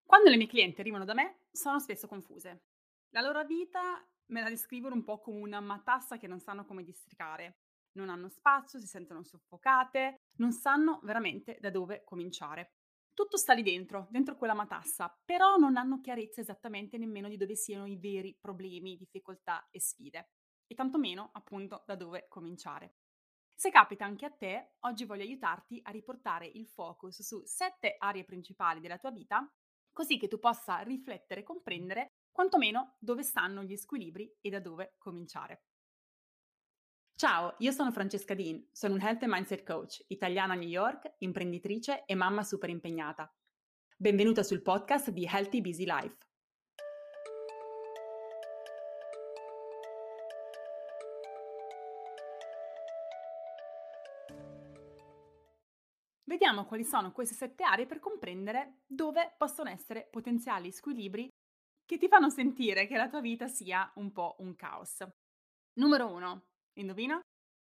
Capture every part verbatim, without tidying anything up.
Quando le mie clienti arrivano da me, sono spesso confuse. La loro vita me la descrivono un po' come una matassa che non sanno come districare. Non hanno spazio, si sentono soffocate, non sanno veramente da dove cominciare. Tutto sta lì dentro, dentro quella matassa, però non hanno chiarezza esattamente nemmeno di dove siano i veri problemi, difficoltà e sfide. E tantomeno, appunto, da dove cominciare. Se capita anche a te, oggi voglio aiutarti a riportare il focus su sette aree principali della tua vita, così che tu possa riflettere e comprendere quantomeno dove stanno gli squilibri e da dove cominciare. Ciao, io sono Francesca Dean, sono un Health and Mindset Coach, italiana a New York, imprenditrice e mamma super impegnata. Benvenuta sul podcast di Healthy Busy Life. Vediamo quali sono queste sette aree per comprendere dove possono essere potenziali squilibri che ti fanno sentire che la tua vita sia un po' un caos. Numero uno, indovina?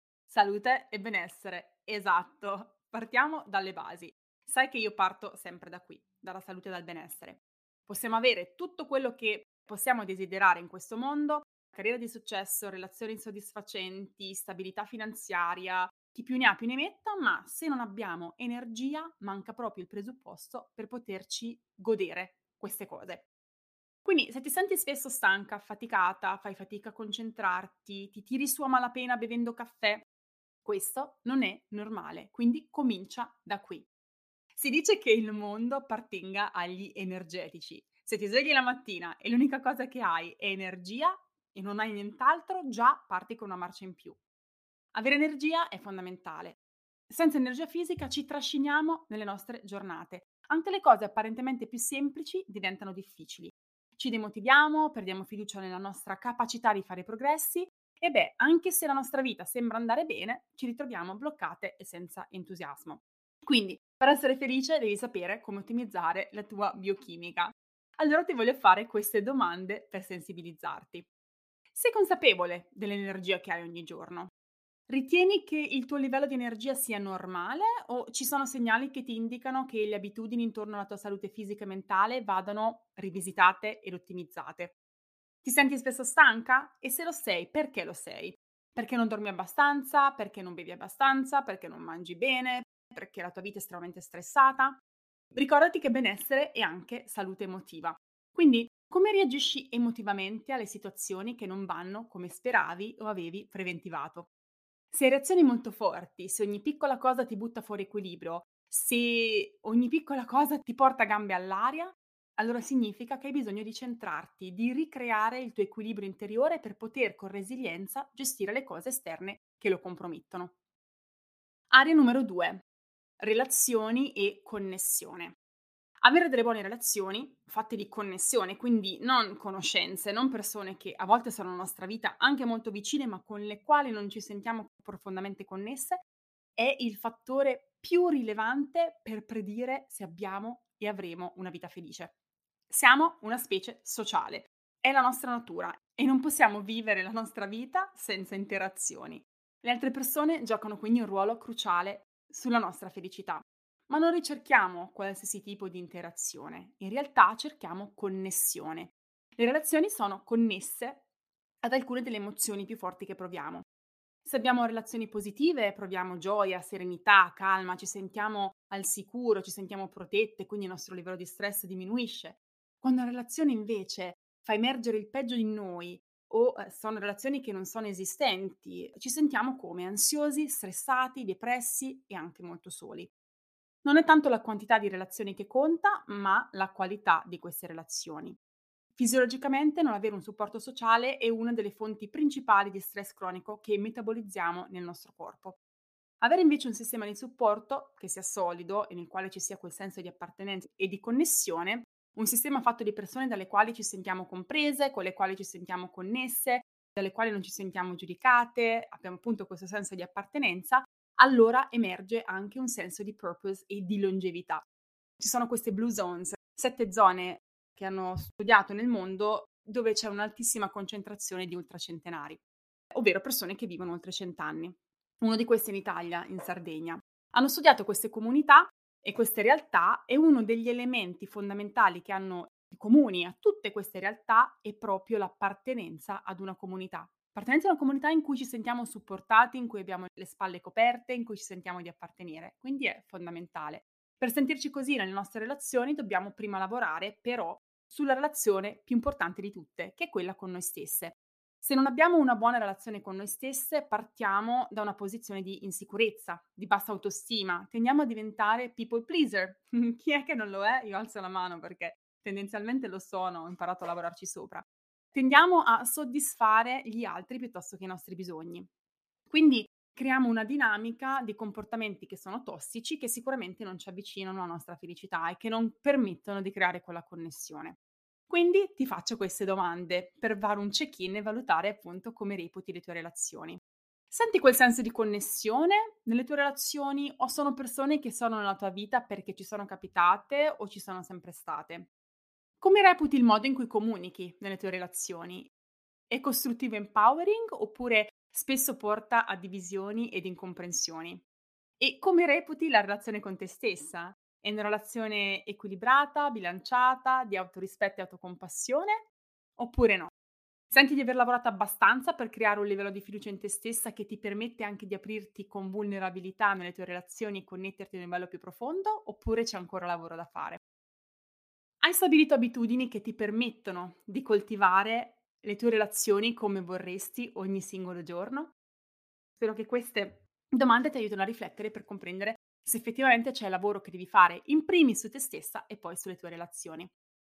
Salute e benessere. Esatto, partiamo dalle basi. Sai che io parto sempre da qui, dalla salute e dal benessere. Possiamo avere tutto quello che possiamo desiderare in questo mondo, carriera di successo, relazioni soddisfacenti, stabilità finanziaria, chi più ne ha più ne metta, ma se non abbiamo energia manca proprio il presupposto per poterci godere queste cose. Quindi se ti senti spesso stanca, affaticata, fai fatica a concentrarti, ti tiri su a malapena bevendo caffè, questo non è normale, quindi comincia da qui. Si dice che il mondo appartenga agli energetici. Se ti svegli la mattina e l'unica cosa che hai è energia e non hai nient'altro, già parti con una marcia in più. Avere energia è fondamentale. Senza energia fisica ci trasciniamo nelle nostre giornate. Anche le cose apparentemente più semplici diventano difficili. Ci demotiviamo, perdiamo fiducia nella nostra capacità di fare progressi e beh, anche se la nostra vita sembra andare bene, ci ritroviamo bloccate e senza entusiasmo. Quindi, per essere felice devi sapere come ottimizzare la tua biochimica. Allora ti voglio fare queste domande per sensibilizzarti. Sei consapevole dell'energia che hai ogni giorno? Ritieni che il tuo livello di energia sia normale o ci sono segnali che ti indicano che le abitudini intorno alla tua salute fisica e mentale vadano rivisitate ed ottimizzate? Ti senti spesso stanca? E se lo sei, perché lo sei? Perché non dormi abbastanza? Perché non bevi abbastanza? Perché non mangi bene? Perché la tua vita è estremamente stressata? Ricordati che benessere è anche salute emotiva. Quindi, come reagisci emotivamente alle situazioni che non vanno come speravi o avevi preventivato? Se hai reazioni molto forti, se ogni piccola cosa ti butta fuori equilibrio, se ogni piccola cosa ti porta gambe all'aria, allora significa che hai bisogno di centrarti, di ricreare il tuo equilibrio interiore per poter con resilienza gestire le cose esterne che lo compromettono. Area numero due. Relazioni e connessione. Avere delle buone relazioni fatte di connessione, quindi non conoscenze, non persone che a volte sono nella nostra vita anche molto vicine, ma con le quali non ci sentiamo profondamente connesse, è il fattore più rilevante per predire se abbiamo e avremo una vita felice. Siamo una specie sociale, è la nostra natura e non possiamo vivere la nostra vita senza interazioni. Le altre persone giocano quindi un ruolo cruciale sulla nostra felicità. Ma non ricerchiamo qualsiasi tipo di interazione, in realtà cerchiamo connessione. Le relazioni sono connesse ad alcune delle emozioni più forti che proviamo. Se abbiamo relazioni positive, proviamo gioia, serenità, calma, ci sentiamo al sicuro, ci sentiamo protette, quindi il nostro livello di stress diminuisce. Quando una relazione invece fa emergere il peggio di noi o eh, sono relazioni che non sono esistenti, ci sentiamo come ansiosi, stressati, depressi e anche molto soli. Non è tanto la quantità di relazioni che conta, ma la qualità di queste relazioni. Fisiologicamente non avere un supporto sociale è una delle fonti principali di stress cronico che metabolizziamo nel nostro corpo. Avere invece un sistema di supporto che sia solido e nel quale ci sia quel senso di appartenenza e di connessione, un sistema fatto di persone dalle quali ci sentiamo comprese, con le quali ci sentiamo connesse, dalle quali non ci sentiamo giudicate, abbiamo appunto questo senso di appartenenza, allora emerge anche un senso di purpose e di longevità. Ci sono queste blue zones, sette zone che hanno studiato nel mondo dove c'è un'altissima concentrazione di ultracentenari, ovvero persone che vivono oltre cento anni. Uno di questi in Italia, in Sardegna. Hanno studiato queste comunità e queste realtà e uno degli elementi fondamentali che hanno comuni a tutte queste realtà è proprio l'appartenenza ad una comunità. Appartenenza a una comunità in cui ci sentiamo supportati, in cui abbiamo le spalle coperte, in cui ci sentiamo di appartenere. Quindi è fondamentale. Per sentirci così nelle nostre relazioni dobbiamo prima lavorare però sulla relazione più importante di tutte, che è quella con noi stesse. Se non abbiamo una buona relazione con noi stesse, partiamo da una posizione di insicurezza, di bassa autostima, tendiamo a diventare people pleaser. Chi è che non lo è? Io alzo la mano perché tendenzialmente lo sono, ho imparato a lavorarci sopra. Tendiamo a soddisfare gli altri piuttosto che i nostri bisogni. Quindi creiamo una dinamica di comportamenti che sono tossici, che sicuramente non ci avvicinano alla nostra felicità e che non permettono di creare quella connessione. Quindi ti faccio queste domande per fare un check-in e valutare appunto come reputi le tue relazioni. Senti quel senso di connessione nelle tue relazioni o sono persone che sono nella tua vita perché ci sono capitate o ci sono sempre state? Come reputi il modo in cui comunichi nelle tue relazioni? È costruttivo e empowering oppure spesso porta a divisioni ed incomprensioni? E come reputi la relazione con te stessa? È una relazione equilibrata, bilanciata, di autorispetto e autocompassione? Oppure no? Senti di aver lavorato abbastanza per creare un livello di fiducia in te stessa che ti permette anche di aprirti con vulnerabilità nelle tue relazioni e connetterti a un livello più profondo? Oppure c'è ancora lavoro da fare? Hai stabilito abitudini che ti permettono di coltivare le tue relazioni come vorresti ogni singolo giorno? Spero che queste domande ti aiutino a riflettere per comprendere se effettivamente c'è lavoro che devi fare in primis su te stessa e poi sulle tue relazioni.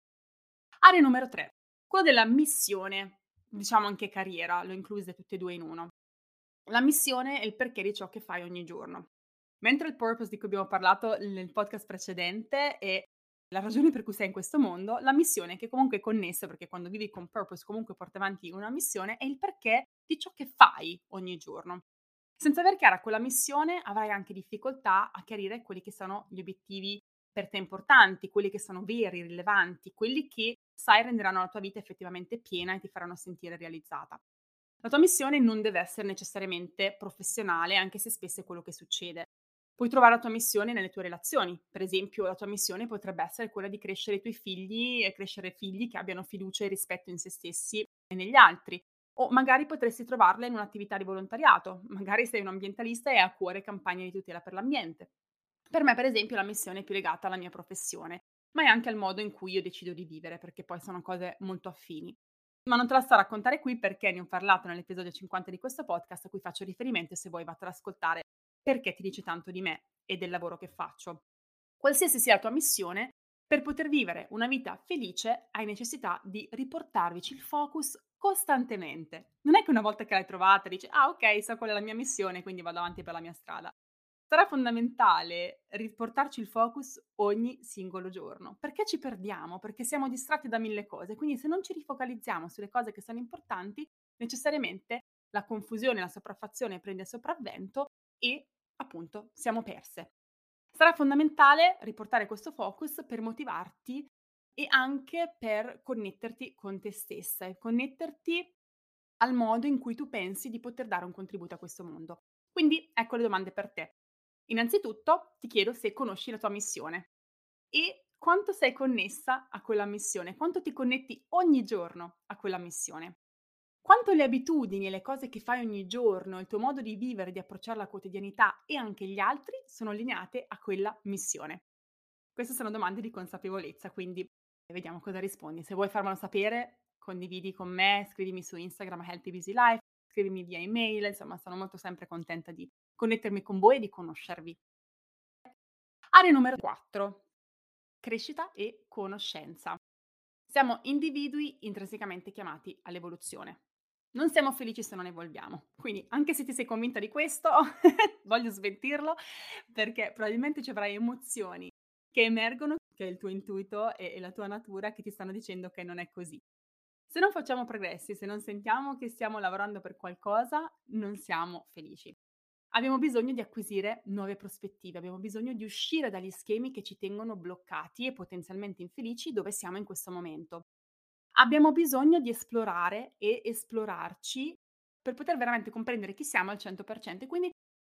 Area numero tre, quello della missione, diciamo anche carriera, l'ho incluse tutte e due in uno. La missione è il perché di ciò che fai ogni giorno. Mentre il purpose di cui abbiamo parlato nel podcast precedente è la ragione per cui sei in questo mondo, la missione che comunque è connessa, perché quando vivi con purpose comunque porti avanti una missione, è il perché di ciò che fai ogni giorno. Senza aver chiara quella missione avrai anche difficoltà a chiarire quelli che sono gli obiettivi per te importanti, quelli che sono veri, rilevanti, quelli che sai renderanno la tua vita effettivamente piena e ti faranno sentire realizzata. La tua missione non deve essere necessariamente professionale, anche se spesso è quello che succede. Puoi trovare la tua missione nelle tue relazioni. Per esempio, la tua missione potrebbe essere quella di crescere i tuoi figli e crescere figli che abbiano fiducia e rispetto in se stessi e negli altri. O magari potresti trovarla in un'attività di volontariato. Magari sei un ambientalista e hai a cuore campagne di tutela per l'ambiente. Per me, per esempio, la missione è più legata alla mia professione, ma è anche al modo in cui io decido di vivere, perché poi sono cose molto affini. Ma non te la sto a raccontare qui perché ne ho parlato nell'episodio cinquanta di questo podcast a cui faccio riferimento e se vuoi vattene ad ascoltare perché ti dice tanto di me e del lavoro che faccio. Qualsiasi sia la tua missione, per poter vivere una vita felice hai necessità di riportarvici il focus costantemente. Non è che una volta che l'hai trovata dici ah ok, so qual è la mia missione, quindi vado avanti per la mia strada. Sarà fondamentale riportarci il focus ogni singolo giorno. Perché ci perdiamo? Perché siamo distratti da mille cose, quindi se non ci rifocalizziamo sulle cose che sono importanti, necessariamente la confusione, la sopraffazione prende sopravvento e appunto siamo perse. Sarà fondamentale riportare questo focus per motivarti e anche per connetterti con te stessa e connetterti al modo in cui tu pensi di poter dare un contributo a questo mondo. Quindi ecco le domande per te. Innanzitutto ti chiedo se conosci la tua missione e quanto sei connessa a quella missione, quanto ti connetti ogni giorno a quella missione. Quanto le abitudini e le cose che fai ogni giorno, il tuo modo di vivere, di approcciare la quotidianità e anche gli altri sono allineate a quella missione. Queste sono domande di consapevolezza, quindi vediamo cosa rispondi. Se vuoi farmelo sapere, condividi con me, scrivimi su Instagram a Healthy Busy Life, scrivimi via email, insomma sono molto sempre contenta di connettermi con voi e di conoscervi. Area numero quattro, crescita e conoscenza. Siamo individui intrinsecamente chiamati all'evoluzione. Non siamo felici se non evolviamo. Quindi, anche se ti sei convinta di questo, voglio smentirlo, perché probabilmente ci avrai emozioni che emergono, che è il tuo intuito e, e la tua natura che ti stanno dicendo che non è così. Se non facciamo progressi, se non sentiamo che stiamo lavorando per qualcosa, non siamo felici. Abbiamo bisogno di acquisire nuove prospettive, abbiamo bisogno di uscire dagli schemi che ci tengono bloccati e potenzialmente infelici dove siamo in questo momento. Abbiamo bisogno di esplorare e esplorarci per poter veramente comprendere chi siamo al cento per cento e quindi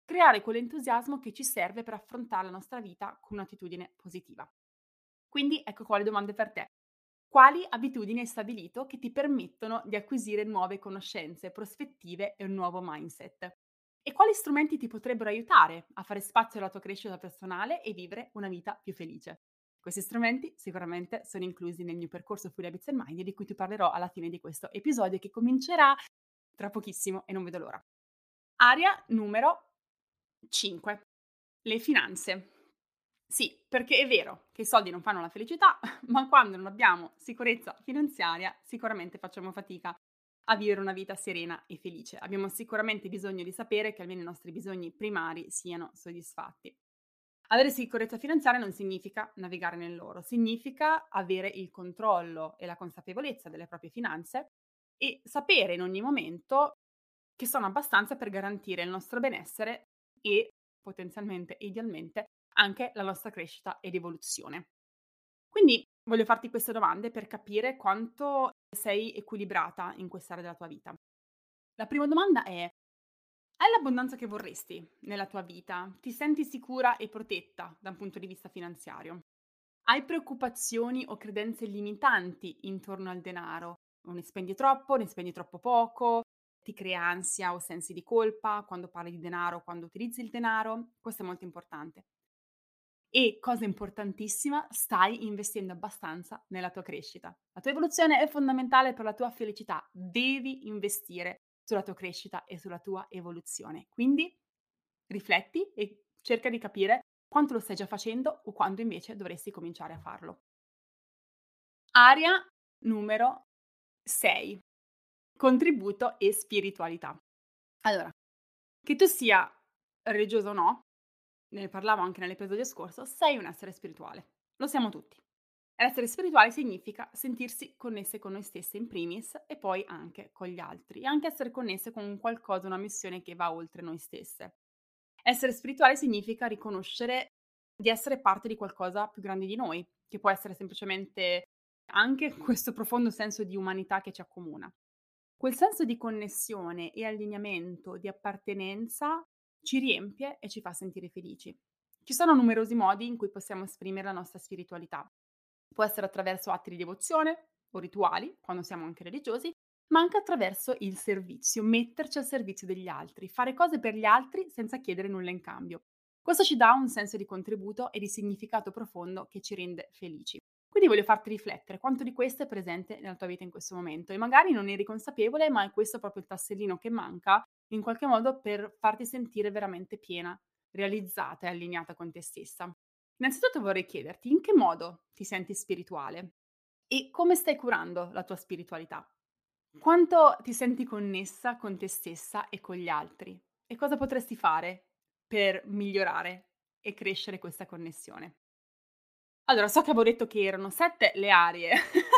creare quell'entusiasmo che ci serve per affrontare la nostra vita con un'attitudine positiva. Quindi ecco qua le domande per te. Quali abitudini hai stabilito che ti permettono di acquisire nuove conoscenze, prospettive e un nuovo mindset? E quali strumenti ti potrebbero aiutare a fare spazio alla tua crescita personale e vivere una vita più felice? Questi strumenti sicuramente sono inclusi nel mio percorso Full Habits and Mind, di cui ti parlerò alla fine di questo episodio che comincerà tra pochissimo e non vedo l'ora. Area numero cinque. Le finanze. Sì, perché è vero che i soldi non fanno la felicità, ma quando non abbiamo sicurezza finanziaria sicuramente facciamo fatica a vivere una vita serena e felice. Abbiamo sicuramente bisogno di sapere che almeno i nostri bisogni primari siano soddisfatti. Avere sicurezza finanziaria non significa navigare nell'oro, significa avere il controllo e la consapevolezza delle proprie finanze e sapere in ogni momento che sono abbastanza per garantire il nostro benessere e potenzialmente e idealmente anche la nostra crescita ed evoluzione. Quindi voglio farti queste domande per capire quanto sei equilibrata in quest'area della tua vita. La prima domanda è: hai l'abbondanza che vorresti nella tua vita? Ti senti sicura e protetta da un punto di vista finanziario? Hai preoccupazioni o credenze limitanti intorno al denaro? O ne spendi troppo, ne spendi troppo poco? Ti crea ansia o sensi di colpa quando parli di denaro, quando utilizzi il denaro? Questo è molto importante. E, cosa importantissima, stai investendo abbastanza nella tua crescita. La tua evoluzione è fondamentale per la tua felicità. Devi investire sulla tua crescita e sulla tua evoluzione. Quindi rifletti e cerca di capire quanto lo stai già facendo o quando invece dovresti cominciare a farlo. Area numero sei. Contributo e spiritualità. Allora, che tu sia religiosa o no, ne parlavo anche nell'episodio scorso, sei un essere spirituale. Lo siamo tutti. Essere spirituali significa sentirsi connesse con noi stesse in primis e poi anche con gli altri, e anche essere connesse con un qualcosa, una missione che va oltre noi stesse. Essere spirituale significa riconoscere di essere parte di qualcosa più grande di noi, che può essere semplicemente anche questo profondo senso di umanità che ci accomuna. Quel senso di connessione e allineamento, di appartenenza ci riempie e ci fa sentire felici. Ci sono numerosi modi in cui possiamo esprimere la nostra spiritualità. Può essere attraverso atti di devozione o rituali, quando siamo anche religiosi, ma anche attraverso il servizio, metterci al servizio degli altri, fare cose per gli altri senza chiedere nulla in cambio. Questo ci dà un senso di contributo e di significato profondo che ci rende felici. Quindi voglio farti riflettere quanto di questo è presente nella tua vita in questo momento e magari non eri consapevole, ma è questo proprio il tassellino che manca in qualche modo per farti sentire veramente piena, realizzata e allineata con te stessa. Innanzitutto vorrei chiederti in che modo ti senti spirituale e come stai curando la tua spiritualità? Quanto ti senti connessa con te stessa e con gli altri? E cosa potresti fare per migliorare e crescere questa connessione? Allora, so che avevo detto che erano sette le aree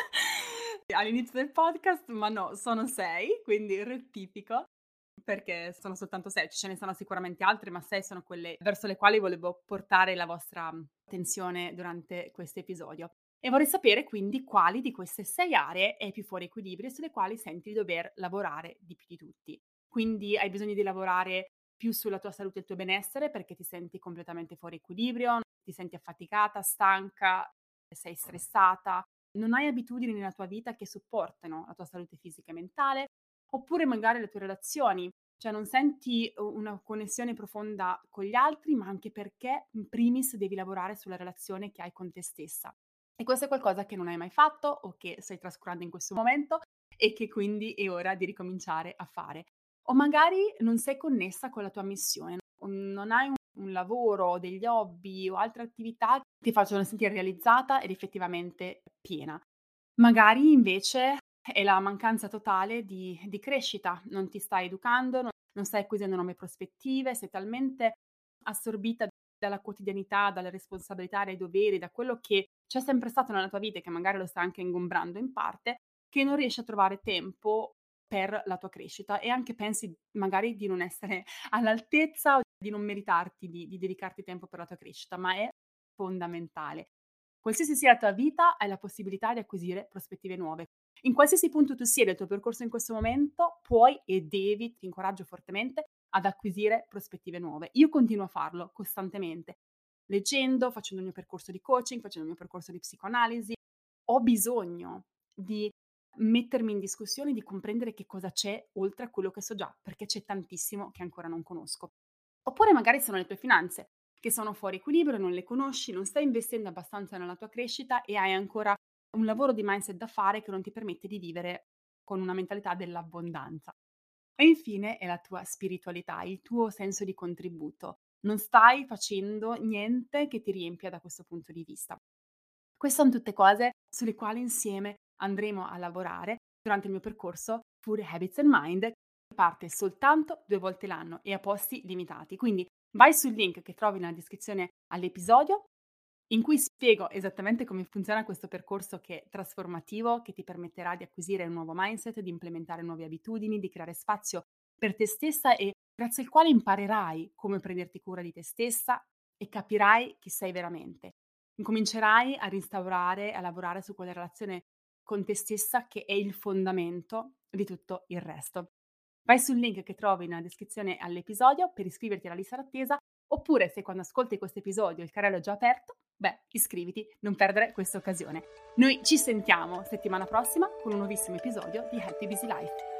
all'inizio del podcast, ma no, sono sei, quindi rettifico, perché sono soltanto sei, ce ne sono sicuramente altre, ma sei sono quelle verso le quali volevo portare la vostra attenzione durante questo episodio. E vorrei sapere quindi quali di queste sei aree è più fuori equilibrio e sulle quali senti di dover lavorare di più di tutti. Quindi hai bisogno di lavorare più sulla tua salute e il tuo benessere perché ti senti completamente fuori equilibrio, ti senti affaticata, stanca, sei stressata, non hai abitudini nella tua vita che supportano la tua salute fisica e mentale, oppure magari le tue relazioni, cioè non senti u una connessione profonda con gli altri, ma anche perché in primis devi lavorare sulla relazione che hai con te stessa. E questo è qualcosa che non hai mai fatto o che stai trascurando in questo momento e che quindi è ora di ricominciare a fare. O magari non sei connessa con la tua missione, o non hai un un lavoro, o degli hobby o altre attività che ti facciano sentire realizzata ed effettivamente piena. Magari invece è la mancanza totale di di crescita, non ti stai educando, non non stai acquisendo nuove prospettive, sei talmente assorbita dalla quotidianità, dalle responsabilità, dai doveri, da quello che c'è sempre stato nella tua vita e che magari lo sta anche ingombrando in parte, che non riesci a trovare tempo per la tua crescita e anche pensi magari di non essere all'altezza o di non meritarti di di dedicarti tempo per la tua crescita, ma è fondamentale. Qualsiasi sia la tua vita, hai la possibilità di acquisire prospettive nuove. In qualsiasi punto tu sia del tuo percorso in questo momento, puoi e devi, ti incoraggio fortemente, ad acquisire prospettive nuove. Io continuo a farlo costantemente, leggendo, facendo il mio percorso di coaching, facendo il mio percorso di psicoanalisi. Ho bisogno di mettermi in discussione, di comprendere che cosa c'è oltre a quello che so già, perché c'è tantissimo che ancora non conosco. Oppure magari sono le tue finanze, che sono fuori equilibrio, non le conosci, non stai investendo abbastanza nella tua crescita e hai ancora un lavoro di mindset da fare che non ti permette di vivere con una mentalità dell'abbondanza. E infine è la tua spiritualità, il tuo senso di contributo. Non stai facendo niente che ti riempia da questo punto di vista. Queste son tutte cose sulle quali insieme andremo a lavorare durante il mio percorso Food Habits and Mind, che parte soltanto due volte l'anno e a posti limitati. Quindi vai sul link che trovi nella descrizione all'episodio, in cui spiego esattamente come funziona questo percorso che è trasformativo, che ti permetterà di acquisire un nuovo mindset, di implementare nuove abitudini, di creare spazio per te stessa e grazie al quale imparerai come prenderti cura di te stessa e capirai chi sei veramente. Incomincerai a restaurare, a lavorare su quella relazione con te stessa che è il fondamento di tutto il resto. Vai sul link che trovi nella descrizione all'episodio per iscriverti alla lista d'attesa, oppure se quando ascolti questo episodio il carrello è già aperto, beh, iscriviti, non perdere questa occasione. Noi ci sentiamo settimana prossima con un nuovissimo episodio di Happy Busy Life.